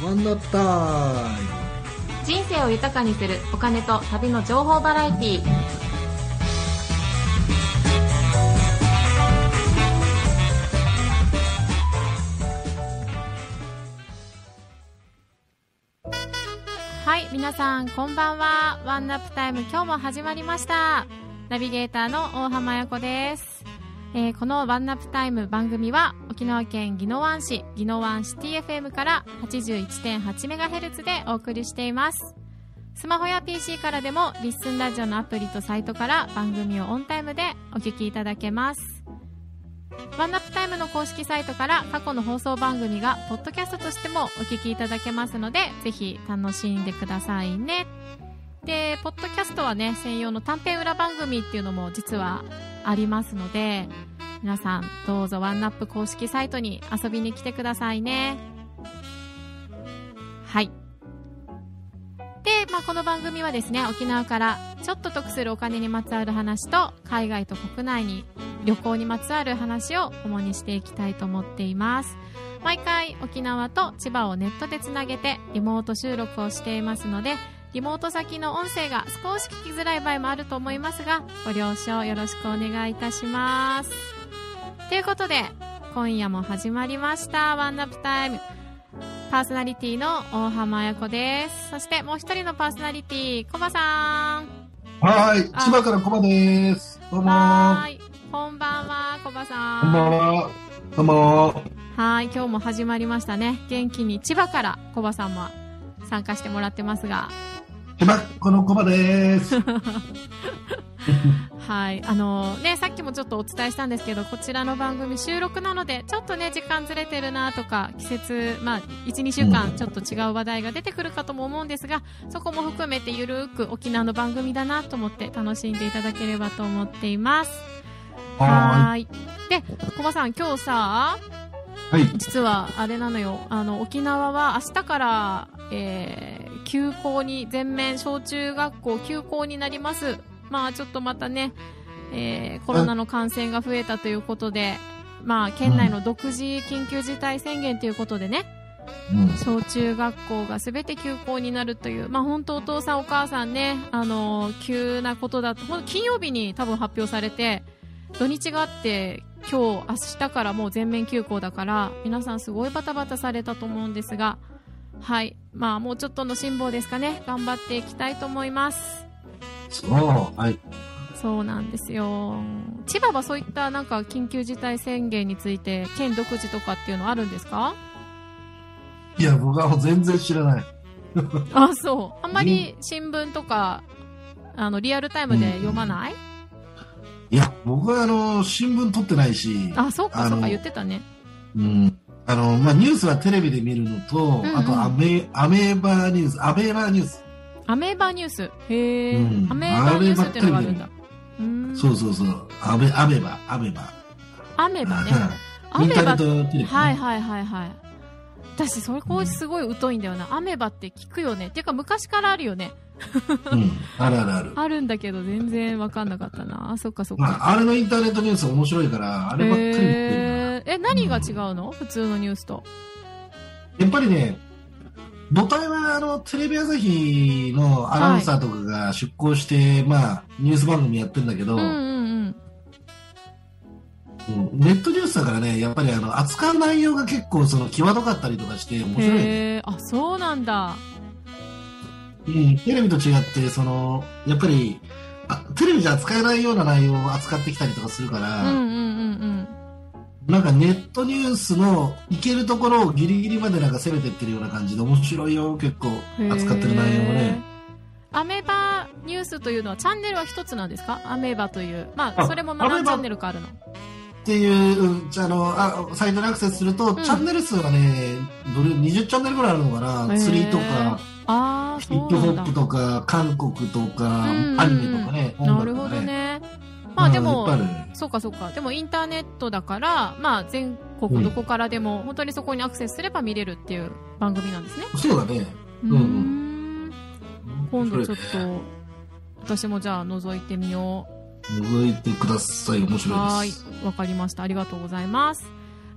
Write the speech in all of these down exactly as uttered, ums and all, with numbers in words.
ワンナップタイム。 人生を豊かにするお金と旅の情報バラエティー。はい、皆さんこんばんは。ワンナップタイム、今日も始まりました。ナビゲーターの大浜彩子です。えー、このワンナップタイム番組は沖縄県宜野湾市宜野湾シティ エフエム から はちじゅういってんはちメガヘルツ でお送りしています。スマホや ピーシー からでもリッスンラジオのアプリとサイトから番組をオンタイムでお聞きいただけます。ワンナップタイムの公式サイトから過去の放送番組がポッドキャストとしてもお聞きいただけますので、ぜひ楽しんでくださいね。で、ポッドキャストはね、専用の短編裏番組っていうのも実はありますので、皆さんどうぞワンナップ公式サイトに遊びに来てくださいね。はい。で、まあ、この番組はですね、沖縄からちょっと得するお金にまつわる話と、海外と国内に旅行にまつわる話を主にしていきたいと思っています。毎回沖縄と千葉をネットでつなげてリモート収録をしていますので、リモート先の音声が少し聞きづらい場合もあると思いますが、ご了承よろしくお願いいたします。ということで、今夜も始まりましたワンナップタイム。パーソナリティの大浜彩子です。そしてもう一人のパーソナリティ、コバさん。 はい、千葉からコバです。どうもー。 はい、こんばんは、コバさん。 こんばんは。どうもー。 はい、今日も始まりましたね。元気に千葉からコバさんも参加してもらってますが。 千葉、このコバです。 はい、あのね、さっきもちょっとお伝えしたんですけど、こちらの番組収録なのでちょっとね時間ずれてるなとか、季節、まあ いちにしゅうかんちょっと違う話題が出てくるかとも思うんですが、そこも含めてゆるーく沖縄の番組だなと思って楽しんでいただければと思っています。はーい。で、コバさん、今日さ、 はい、 実はあれなのよ、あの沖縄は明日から、えー、休校に、全面小中学校休校になります。まあちょっとまたね、えー、コロナの感染が増えたということで、まあ県内の独自緊急事態宣言ということでね、うん、小中学校がすべて休校になるという、まあ本当お父さんお母さんね、あのー、急なことだと、金曜日に多分発表されて、土日があって今日明日からもう全面休校だから、皆さんすごいバタバタされたと思うんですが、はい、まあもうちょっとの辛抱ですかね、頑張っていきたいと思います。 そう、はい。 そうなんですよ。千葉はそういったなんか緊急事態宣言について県独自とかっていうのあるんですか？ いや、僕はもう全然知らない。 あ、そう。あんまり新聞とかあのリアルタイムで読まない？うん、 いや、僕はあの新聞取ってないし。 あ、そうかそうか、言ってたね。 うん。あのまあニュースはテレビで見るのと、うんうん、あとアメアメーバーニュース、アメーバーニュース。 アメーバニュース。へー、うん、アメーバニュースってのがあるんだ。 うん、そうそうそう。アメ、アメバ、アメバ。 アメバね。 アメバ。インターネットテレビ、ね。 はいはいはいはい。私、それこうすごい疎いんだよな。うん、アメバって聞くよね。っていうか昔からあるよね。 うん。あるあるある。 あるんだけど全然わかんなかったな。あ、そっかそっか。 まあ、あれのインターネットニュース面白いから、あればっかり見てるな。 えー、え、何が違うの、うん、普通のニュースと。 やっぱりね、母体はあのテレビ朝日のアナウンサーとかが出向して、はい、まあニュース番組やってるんだけど、うんうんうんうん、ネットニュースだからね、やっぱりあの扱う内容が結構その際どかったりとかして面白い、ね。 へー、あ、そうなんだ。 うん、テレビと違ってそのやっぱりあテレビじゃ扱えないような内容を扱ってきたりとかするから。うんうんうんうんなんかネットニュースのいけるところをギリギリまでなんか攻めてってるような感じで面白いよ、結構扱ってる内容もね。 アメバニュースというのはチャンネルは一つなんですか？アメバという、まあそれも何チャンネルかあるのっていう、うん、あのあサイトにアクセスすると、うん、チャンネル数がねどれにじゅうチャンネルぐらいあるのかな。釣りとかあヒップホップとか韓国とか、うんうん、アニメとかね、 なるほどね。まあでも、そうかそうか。でもインターネットだから、まあ全国どこからでも、本当にそこにアクセスすれば見れるっていう番組なんですね。 そうだね。 うん。うん、今度ちょっと、私もじゃあ覗いてみよう。 覗いてください。面白いです。 はい。わかりました。ありがとうございます。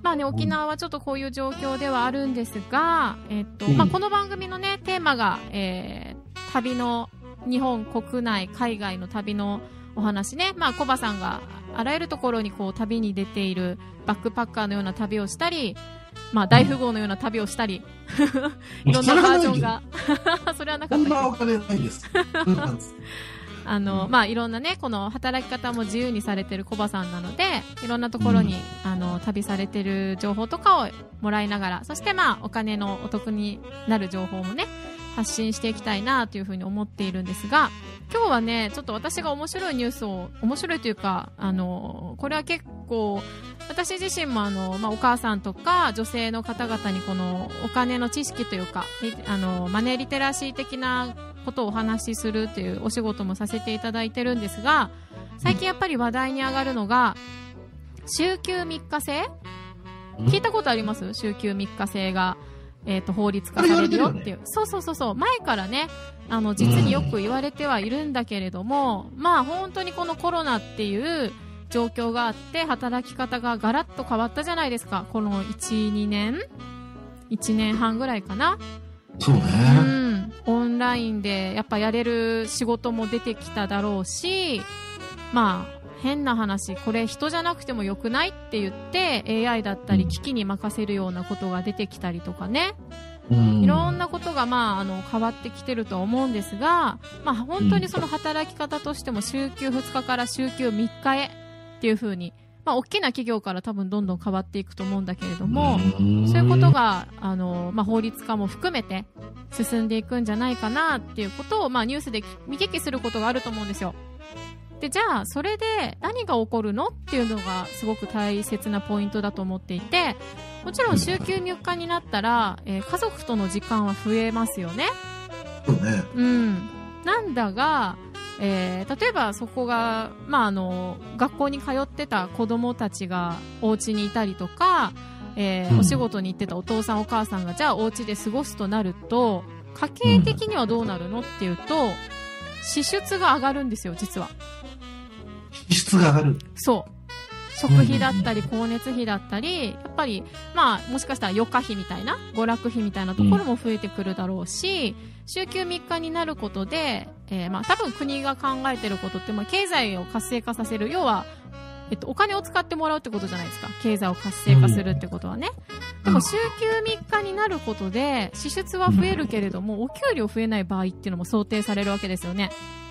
まあね、沖縄はちょっとこういう状況ではあるんですが、えっと、まあこの番組のね、テーマが、えー、旅の、日本国内、海外の旅のお話ね。まあコバさんがあらゆるところにこう旅に出ているバックパッカーのような旅をしたり、まあ大富豪のような旅をしたり、いろんなバージョンが。それはなかったっけ？ そんなお金ないです。 あの、まあ、いろんなね、この働き方も自由にされてるコバさんなので、いろんなところに、うん、あの、旅されてる情報とかをもらいながら、そしてまあ、お金のお得になる情報もね、発信していきたいなというふうに思っているんですが、今日はね、ちょっと私が面白いニュースを、面白いというか、あの、これは結構、私自身もあの、まあ、お母さんとか女性の方々にこのお金の知識というか、あの、マネーリテラシー的なことをお話しするというお仕事もさせていただいてるんですが、最近やっぱり話題に上がるのが、週休みっか制？聞いたことあります？週休みっか制が。えっと、法律化されるよっていう。そうそうそうそう。前からね、あの、実によく言われてはいるんだけれども、まあ本当にこのコロナっていう状況があって、働き方がガラッと変わったじゃないですか。このいち、にねん ?いち 年半ぐらいかな。 そうね。 うん。オンラインでやっぱやれる仕事も出てきただろうし、まあ、変な話、これ人じゃなくてもよくないって言って エーアイ だったり機器に任せるようなことが出てきたりとかね、うん、いろんなことが、まあ、あの変わってきてると思うんですが、まあ、本当にその働き方としても週休ふつかから週休みっかへっていう風に、まあ、大きな企業から多分どんどん変わっていくと思うんだけれども、そういうことがあの、まあ、法律化も含めて進んでいくんじゃないかなっていうことを、まあ、ニュースで見聞きすることがあると思うんですよ。で、じゃあ、それで何が起こるのっていうのがすごく大切なポイントだと思っていて、もちろん週休みっかになったら、えー、家族との時間は増えますよね。 そうね。 うん。なんだが、えー、例えばそこが、まあ、あの、学校に通ってた子供たちがお家にいたりとか、えーうん、お仕事に行ってたお父さんお母さんがじゃあお家で過ごすとなると、家計的にはどうなるのっていうと、支出が上がるんですよ、実は。 支出が上がる。 そう。食費だったり、光熱費だったり、やっぱり、まあ、もしかしたら余暇費みたいな、娯楽費みたいなところも増えてくるだろうし、週休みっかになることで、えー、まあ、多分国が考えてることって、まあ、経済を活性化させる、要は、えっと、お金を使ってもらうってことじゃないですか。経済を活性化するってことはね。でも、週休みっかになることで、支出は増えるけれども、お給料増えない場合っていうのも想定されるわけですよね。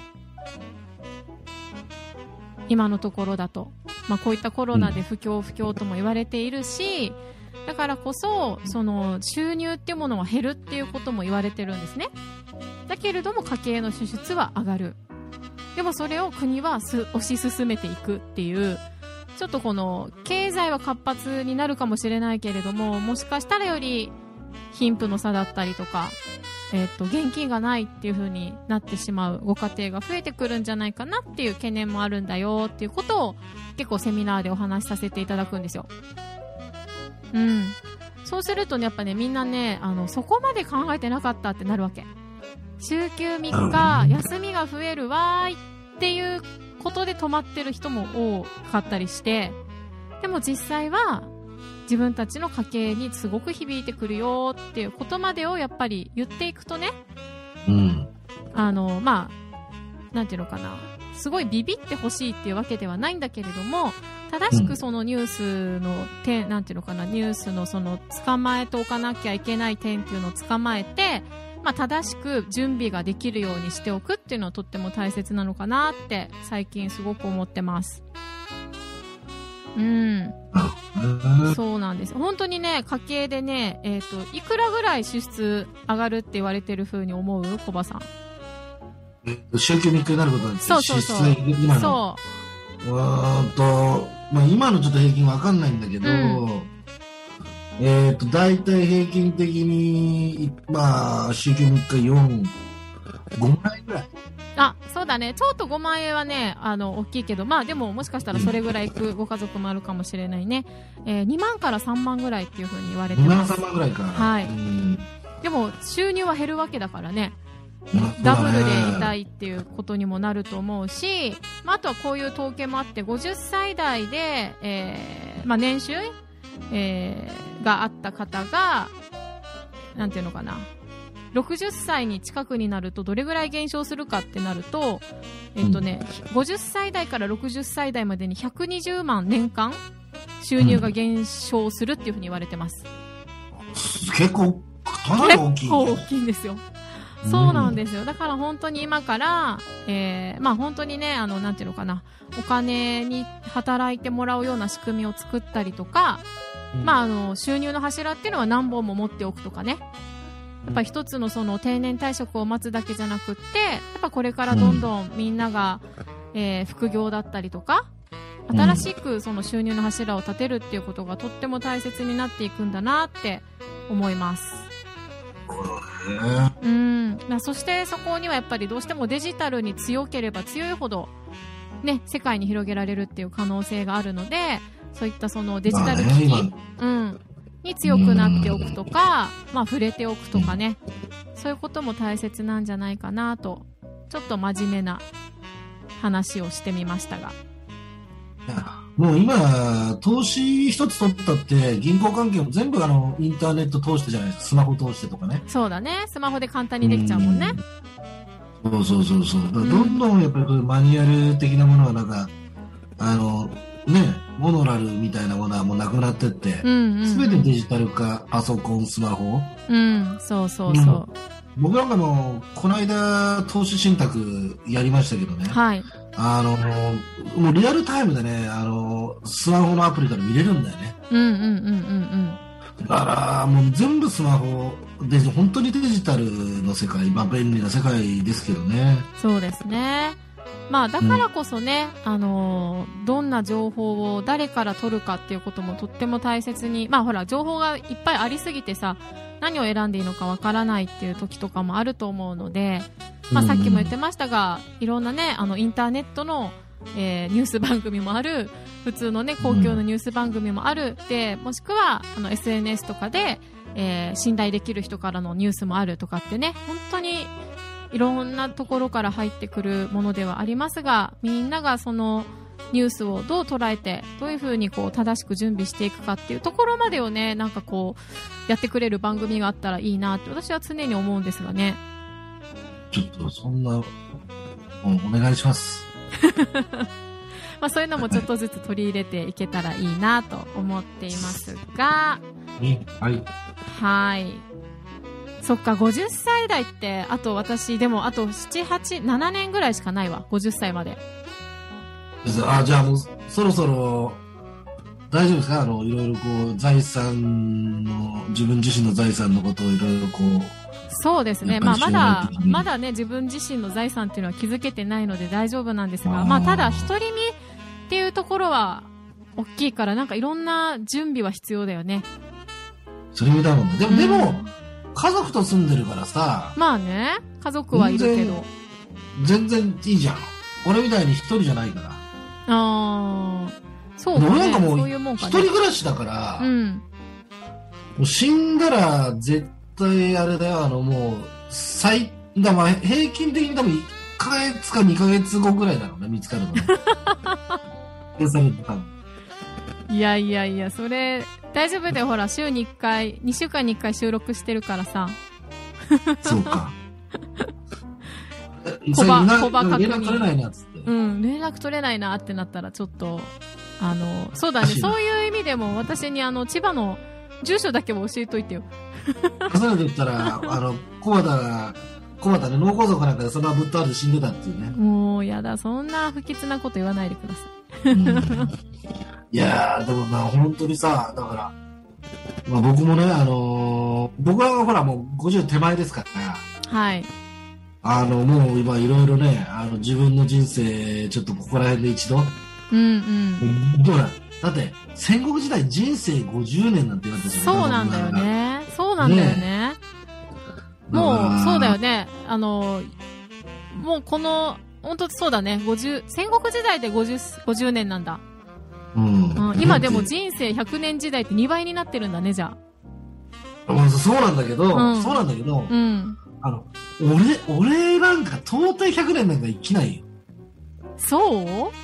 今のところだと。まあ、こういったコロナで不況不況とも言われているし、だからこそ、その、収入っていうものは減るっていうことも言われてるんですね。だけれども、家計の支出は上がる。でもそれを国はす推し進めていくっていう、ちょっとこの、経済は活発になるかもしれないけれども、もしかしたらより、貧富の差だったりとか、えっと、現金がないっていう風になってしまうご家庭が増えてくるんじゃないかなっていう懸念もあるんだよっていうことを結構セミナーでお話しさせていただくんですよ。うん。そうするとね、やっぱね、みんなね、あの、そこまで考えてなかったってなるわけ。週休みっか、休みが増えるわーいっていうことで止まってる人も多かったりして、でも実際は、自分たちの家計にすごく響いてくるよっていうことまでをやっぱり言っていくとね、 うん、 あの、まあ、なんていうのかな、すごいビビってほしいっていうわけではないんだけれども、正しくそのニュースの点、なんていうのかな、ニュースのその捕まえておかなきゃいけない点っていうのを捕まえて、まあ正しく準備ができるようにしておくっていうのはとっても大切なのかなって最近すごく思ってます。うん。そうなんです。本当にね、家計でね、えっと、いくらぐらい支出上がるって言われてる風に思う？コバさん。 週休みっかになることなんですよ。そうそうそう。 今の。 そう。 うーんと、まあ今のちょっと平均わかんないんだけど、うん、えっと、だいたい平均的に、まあ、週休みっかよん、ごまん円ぐらい。 あ、そうだね。ちょっとごまん円はね、あの、大きいけど、まあでももしかしたらそれぐらいいくご家族もあるかもしれないね。えー、にまんからさんまんぐらいっていう風に言われてます。 にまんさんまんぐらいか。 はい。でも、収入は減るわけだからね。ダブルで痛いっていうことにもなると思うし、まあ、あとはこういう統計もあって、ごじゅっさい代で、えー、まあ年収えー、があった方が、なんていうのかな、ろくじゅっさいに近くになるとどれぐらい減少するかってなると、えっとね、うん、ごじゅっさい代からろくじゅっさい代までにひゃくにじゅうまん年間収入が減少するっていうふうに言われてます。 うん、結構、かなり大きい、ね。結構大きいんですよ。そうなんですよ。だから本当に今から、えー、まあ本当にね、あの、なんていうのかな、お金に働いてもらうような仕組みを作ったりとか、うん、まああの、収入の柱っていうのは何本も持っておくとかね。やっぱ一つのその定年退職を待つだけじゃなくって、やっぱこれからどんどんみんなが、えー、副業だったりとか、新しくその収入の柱を立てるっていうことがとっても大切になっていくんだなって思います。うん、そしてそこにはやっぱりどうしてもデジタルに強ければ強いほど、ね、世界に広げられるっていう可能性があるので、そういったそのデジタル機器、うん、に強くなっておくとか、まあ、触れておくとかね、そういうことも大切なんじゃないかなと、ちょっと真面目な話をしてみましたが。 もう今、投資一つ取ったって、銀行関係も全部あの、インターネット通してじゃないですか。スマホ通してとかね。 そうだね。スマホで簡単にできちゃうもんね。 そうそうそうそう。だからどんどんやっぱりこういうマニュアル的なものはなんか、あの、ね、モノラルみたいなものはもうなくなってって、すべ、うんうん、てデジタル化、パソコン、スマホ。 うん、そうそうそう。うん、 僕なんかも、この間、投資信託やりましたけどね。 はい。 あの、もうリアルタイムでね、あの、スマホのアプリから見れるんだよね。 うんうんうんうんうん。 だから、もう全部スマホで、本当にデジタルの世界、まあ便利な世界ですけどね。 そうですね。まあだからこそね、うん、あの、どんな情報を誰から取るかっていうこともとっても大切に、まあほら、情報がいっぱいありすぎてさ、何を選んでいいのかわからないっていう時とかもあると思うので、まあ、さっきも言ってましたが、いろんなね、あのインターネットの、えー、ニュース番組もある、普通のね、公共のニュース番組もある、で、もしくはあの エスエヌエス とかで、えー、信頼できる人からのニュースもあるとかってね、本当にいろんなところから入ってくるものではありますが、みんながそのニュースをどう捉えて、どういうふうにこう正しく準備していくかっていうところまでをね、なんかこうやってくれる番組があったらいいなって私は常に思うんですがね。 ちょっとそんな、お願いします。 まあそういうのもちょっとずつ取り入れていけたらいいなと思っていますが、 はい。 はい。そっか、ごじゅっさい代って、あと私、でもあとなな、はち、ななねんぐらいしかないわ、ごじゅっさいまで。 あ、じゃあもうそろそろ大丈夫ですか？あの、いろいろこう、財産の、自分自身の財産のことをいろいろこう、 そうですね。まあ、まだ、まだね、自分自身の財産っていうのは気づけてないので大丈夫なんですが、あまあ、ただ、独り身っていうところは大きいから、なんかいろんな準備は必要だよね。 それだもんね。でも、うん、でも、家族と住んでるからさ。 まあね、家族はいるけど。 全然いいじゃん。俺みたいに一人じゃないから。ああ、そうかね。 俺なんかもう、 そういうもんかね。 一人暮らしだから、うん、もう死んだら絶対あれだよ、あのもう、最、だまあ平均的に多分いっかげつかにかげつごぐらいだろうね、見つかるのね。 いやいやいや、それ、大丈夫だよ、ほら、週にいっかい、にしゅうかんにいっかい収録してるからさ。 そうか。 小ば、小ば確認。 連絡取れないな、つって。 うん、連絡取れないなってなったら、ちょっと、あの、そうだね、そういう意味でも、私にあの、千葉の住所だけも教えといてよ。 そういうの言ったら、あの、小畑が、小畑ね、脳梗塞かなんかでそのままぶっ倒れて死んでたっていうね。 もう、やだ、そんな不吉なこと言わないでください。うん、 いやー、でもな、本当にさ、だから、まあ僕もね、あのー、僕はほらもうごじゅう手前ですから、 はい。 あの、もう今いろいろね、あの、自分の人生、ちょっとここら辺で一度。 うんうん。 どうだだって、戦国時代人生ごじゅうねんなんて言われてたじゃん。 そうなんだよね。そうなんだよね。ねもう、そうだよね。あの、もうこの、本当そうだね。ごじゅう、戦国時代でごじゅう、ごじゅうねんなんだ。 うん。 うん、今でも人生ひゃくねん時代ってにばいになってるんだね、じゃあ。そうなんだけど、 うん、 そうなんだけど、 うん。 あの、俺、俺なんか到底ひゃくねんなんか生きないよ。 そう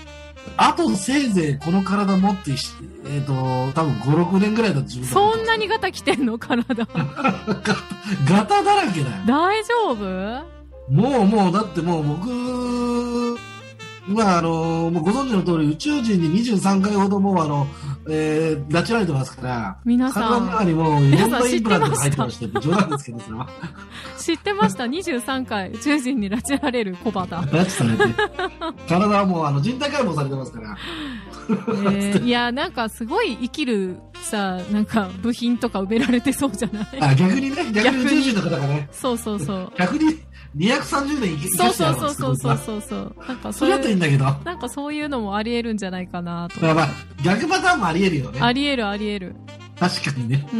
あとせいぜいこの体持ってし、えっ、ー、と、多分ご、ろくねんぐらいだと自分そんなにガタ来てんの体。ガタだらけだよ。 大丈夫？ もうもう、だってもう僕、まああの、もうご存知の通り宇宙人ににじゅうさんかいほどもうあの、えー、拉致られてますから、 皆さん、 体の中にもういろんなインプラントが入ってましてって冗談ですけどさ。 知ってました。にじゅうさんかい宇宙人に拉致られる小畑。 拉致されて。体はもうあの人体解剖されてますから。 えー、いや、なんかすごい生きるさ、なんか部品とか埋められてそうじゃない？ あ、逆にね、逆に宇宙人の方がね。 そうそうそう。 逆ににひゃくさんじゅうねん生きそうそうそうそうそうそうそう。なんかそれだといいんだけど。 なんかそういうのもあり得るんじゃないかなと。 まあまあ、逆パターンもあり得るよね。 あり得るあり得る。 確かにね。 うん。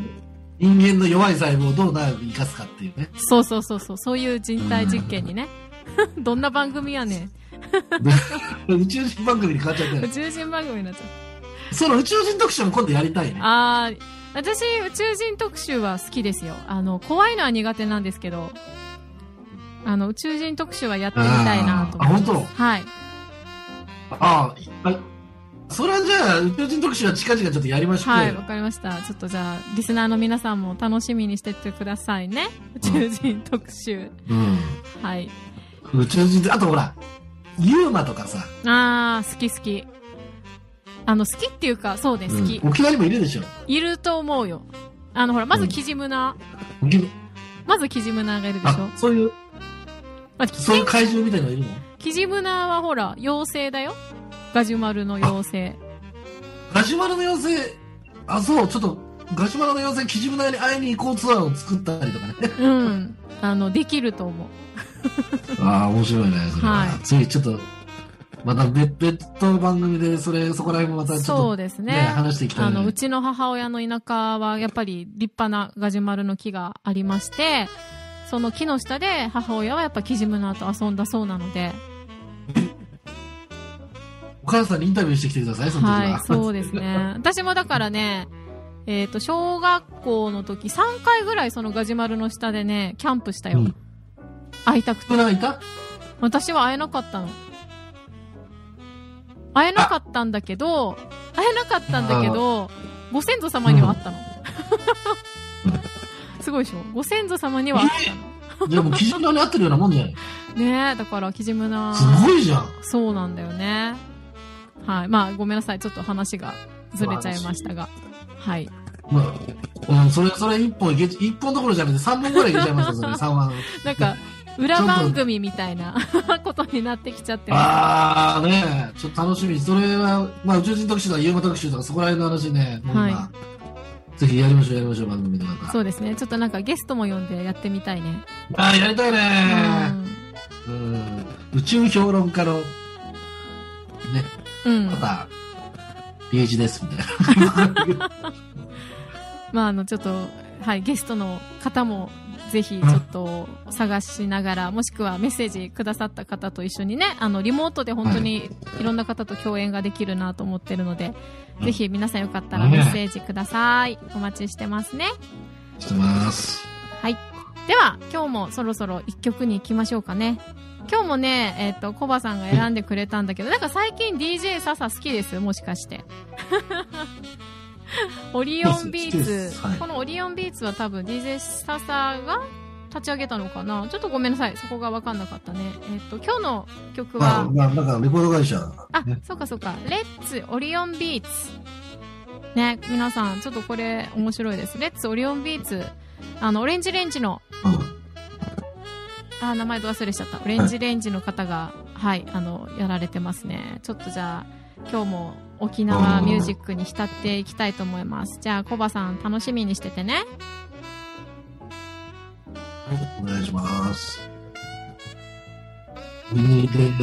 人間の弱い細胞をどう長く生かすかっていうね。 そうそうそうそう。そういう人体実験にね。どんな番組やねん。宇宙人番組に変わっちゃったよ。 宇宙人番組になっちゃう。その宇宙人特集も今度やりたいね。 ああ、私宇宙人特集は好きですよ。あの、怖いのは苦手なんですけど、あの、宇宙人特集はやってみたいなと思います。あ、本当？はい。 ああ、それはじゃあ、宇宙人特集は近々ちょっとやりましょう。 はい、わかりました。ちょっとじゃあ、リスナーの皆さんも楽しみにしてってくださいね。宇宙人特集。うん。はい。 宇宙人、あとほら、ユーマとかさ。 あー、好き好き。あの、好きっていうか、そうね、好き。 うん、沖縄にもいるでしょ。 いると思うよ。あの、ほら、まずキジムナ。うん、まずキジムナがいるでしょ。 そういう、あ、そういう怪獣みたいなのいるの？ キジムナはほら、妖精だよ。ガジュマルの妖精。 ガジュマルの妖精、あ、そう、ちょっと、ガジュマルの妖精、キジムナに会いに行こうツアーを作ったりとかね。 うん。あの、できると思う。 ああ、面白いね。それは。はい。次、ちょっと、また別、別途番組で、それ、そこら辺もまたちょっと、ね、そうですね。話していきたい、ね。 あの、うちの母親の田舎は、やっぱり立派なガジュマルの木がありまして、その木の下で母親はやっぱキジムナと遊んだそうなので、 お母さんにインタビューしてきてください、その時は。 はい、そうですね。私もだからね、えっと、小学校の時さんかいぐらいそのガジュマルの下でね、キャンプしたよ。うん、会いたくて。 いた？ 私は会えなかったの。会えなかったんだけど、会えなかったんだけど、ご先祖様には会ったの。うん、すごいでしょ？ご先祖様には会ったの。 でも、キジムナに会ってるようなもんじゃない？ ねえ、だから、キジムナ。 すごいじゃん。 そうなんだよね。はい。まあ、ごめんなさい。ちょっと話がずれちゃいましたが。はい。 まあ、うん、それ、それ一本いけ、一本どころじゃなくて三本ぐらいいけちゃいますよ、それ、三話。 なんか、裏番組みたいなことになってきちゃってます。 ああ、ねえ、ちょっと楽しみ。それは、まあ、宇宙人特集とか、ユーマ特集とか、そこら辺の話ね、もう今、はい、ぜひやりましょう、やりましょう、番組でまた。 そうですね。ちょっとなんかゲストも呼んでやってみたいね。 ああ、やりたいねー。うん。宇宙評論家の、ね。うん。また、ピーエイチ です、みたいな。 まあ、あの、ちょっと、はい、ゲストの方も、ぜひ、ちょっと、探しながら、もしくはメッセージくださった方と一緒にね、あの、リモートで本当にいろんな方と共演ができるなと思ってるので、うん、ぜひ皆さんよかったらメッセージください。お待ちしてますね。 してます。 はい。では、今日もそろそろ一曲に行きましょうかね。今日もね、えっと、コバさんが選んでくれたんだけど、なんか最近 ディージェー 笹好きですよ、もしかして。オリオンビーツ、はい、このオリオンビーツは多分 ディージェー 笹が立ち上げたのかな。ちょっとごめんなさい、そこが分かんなかったね。えっと今日の曲は、 まあ、まあ、なんかレコード会社、 あ、ね、そうかそうか、レッツオリオンビーツね、皆さんちょっとこれ面白いです。レッツオリオンビーツ、あのオレンジレンジの、うん、あ、名前ど忘れしちゃった。オレンジレンジの方が、はい、あのやられてますね。ちょっとじゃあ今日も沖縄ミュージックに浸っていきたいと思います。じゃあコバさん楽しみにしててね。 はい、お願いします。ミニです。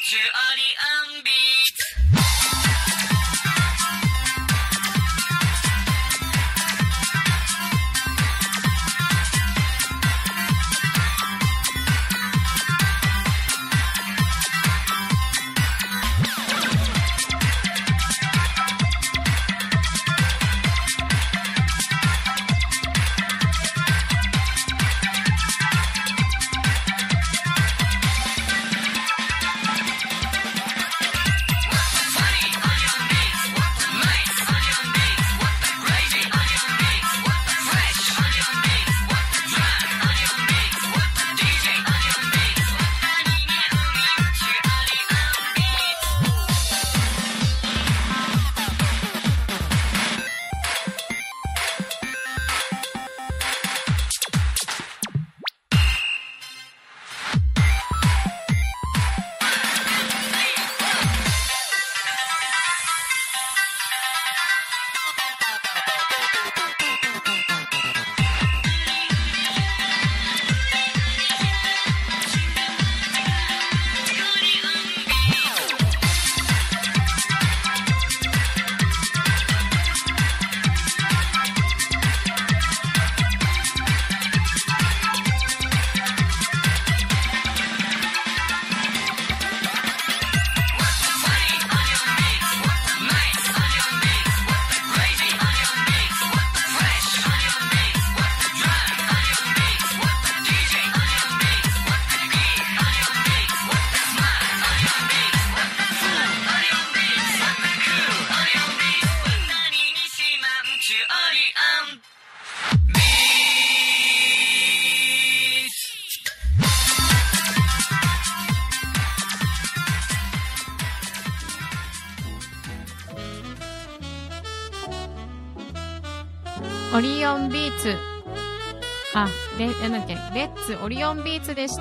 オリオンビーツ。あ、レ、なんだっけ、レッツオリオンビーツでした。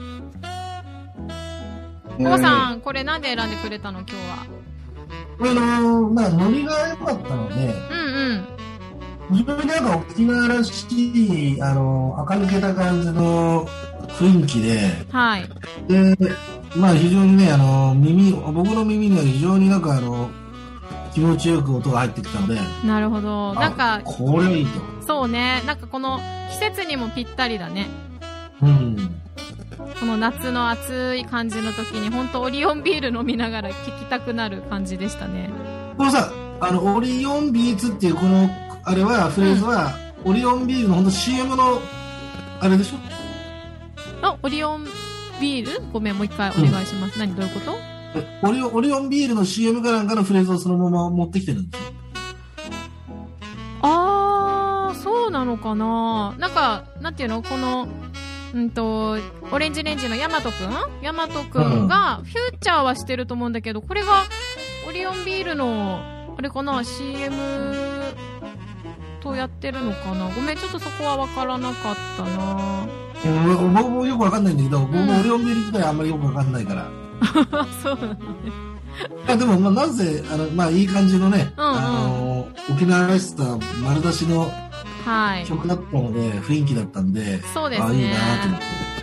コバさん、これなんで選んでくれたの今日は。 これの、まあ、ノリが良かったので、 うんうん。 非常になんか沖縄らしい、あの、垢抜けた感じの雰囲気で、 はい。 で、まあ非常にね、あの、耳、僕の耳には非常になんかあの、気持ちよく音が入ってきたので。 なるほど。なんか、 これいいと。 そうね。なんかこの季節にもぴったりだね。 うん。 この夏の暑い感じの時に、ほんとオリオンビール飲みながら聴きたくなる感じでしたね。 このさ、あの、オリオンビーツっていうこの、あれは、フレーズは、うん、オリオンビールのほんと シーエム の、あれでしょ？ あ、オリオンビール？ごめん、もう一回お願いします。うん、何、どういうこと？ オリオン、オリオンビールの シーエム かなんかのフレーズをそのまま持ってきてるんですよ。 あー、そうなのかな。なんか、なんていうのこの、うんと、オレンジレンジのヤマトくんヤマトくんが、フューチャーはしてると思うんだけど、これが、オリオンビールの、あれかな シーエム とやってるのかな。ごめん、ちょっとそこはわからなかったな。 僕もよくわかんないんだけど、僕もオリオンビール自体あんまりよくわかんないから。 そうなのね。 あでも、まあ、なぜ、あの、まあ、いい感じのね、 うんうん、 あの、沖縄らしさ丸出しの曲だったので、はい、雰囲気だったんで、 そうですね。 あ、いいなと思って。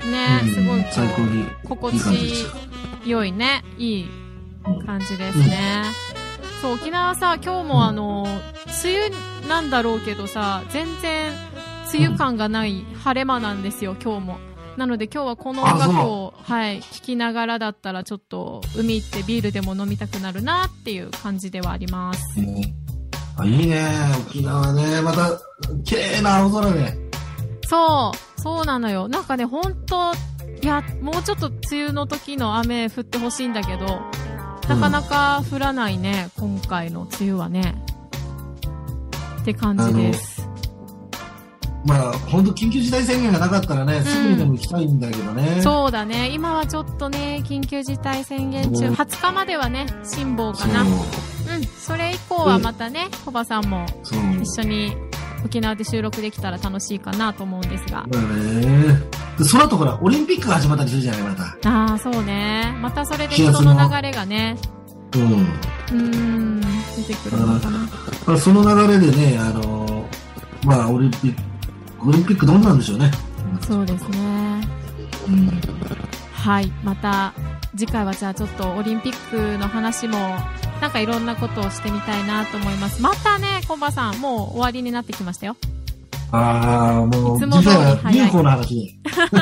ね、うん、すごい。 最高に。 心地良いね。いい感じですね。うん、そう、沖縄さ、今日もあの、梅雨なんだろうけどさ、全然梅雨感がない晴れ間なんですよ、今日も。なので今日はこの音楽を、はい、聴きながらだったらちょっと海行ってビールでも飲みたくなるなっていう感じではあります。 うん、あ、いいね、沖縄ね。また、綺麗な青空ね。 そう、そうなのよ。なんかね、ほんと、いや、もうちょっと梅雨の時の雨降ってほしいんだけど、なかなか降らないね、うん、今回の梅雨はね。って感じです。 まあ、本当緊急事態宣言がなかったらね、すぐにでも行きたいんだけどね、 うん。そうだね。今はちょっとね、緊急事態宣言中、はつかまではね、辛抱かな。うん。それ以降はまたね、コバさんも一緒に沖縄で収録できたら楽しいかなと思うんですが。 そうだね。その後ほら、オリンピックが始まったりするじゃない、また。 ああ、そうね。またそれで人の流れがね。 うん。うーん、出てくるのかな。 まあ、その流れでね、あのー、まあ、オリンピック、オリンピックどうなんでしょうね。 そうですね。 うん、 はい。また、 次回はじゃあちょっとオリンピックの話もなんかいろんなことをしてみたいなと思います。またね、コンバさん、もう終わりになってきましたよ。 ああ、もう次回は ユーフォー の話で。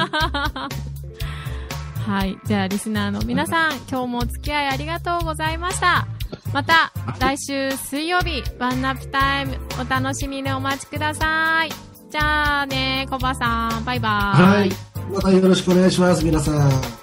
はい。じゃあ、リスナーの皆さん、今日もお付き合いありがとうございました。また、来週水曜日、ワンナップタイム、お楽しみにお待ちください。じゃあね、コバさん、バイバイ。 はい。またよろしくお願いします、皆さん。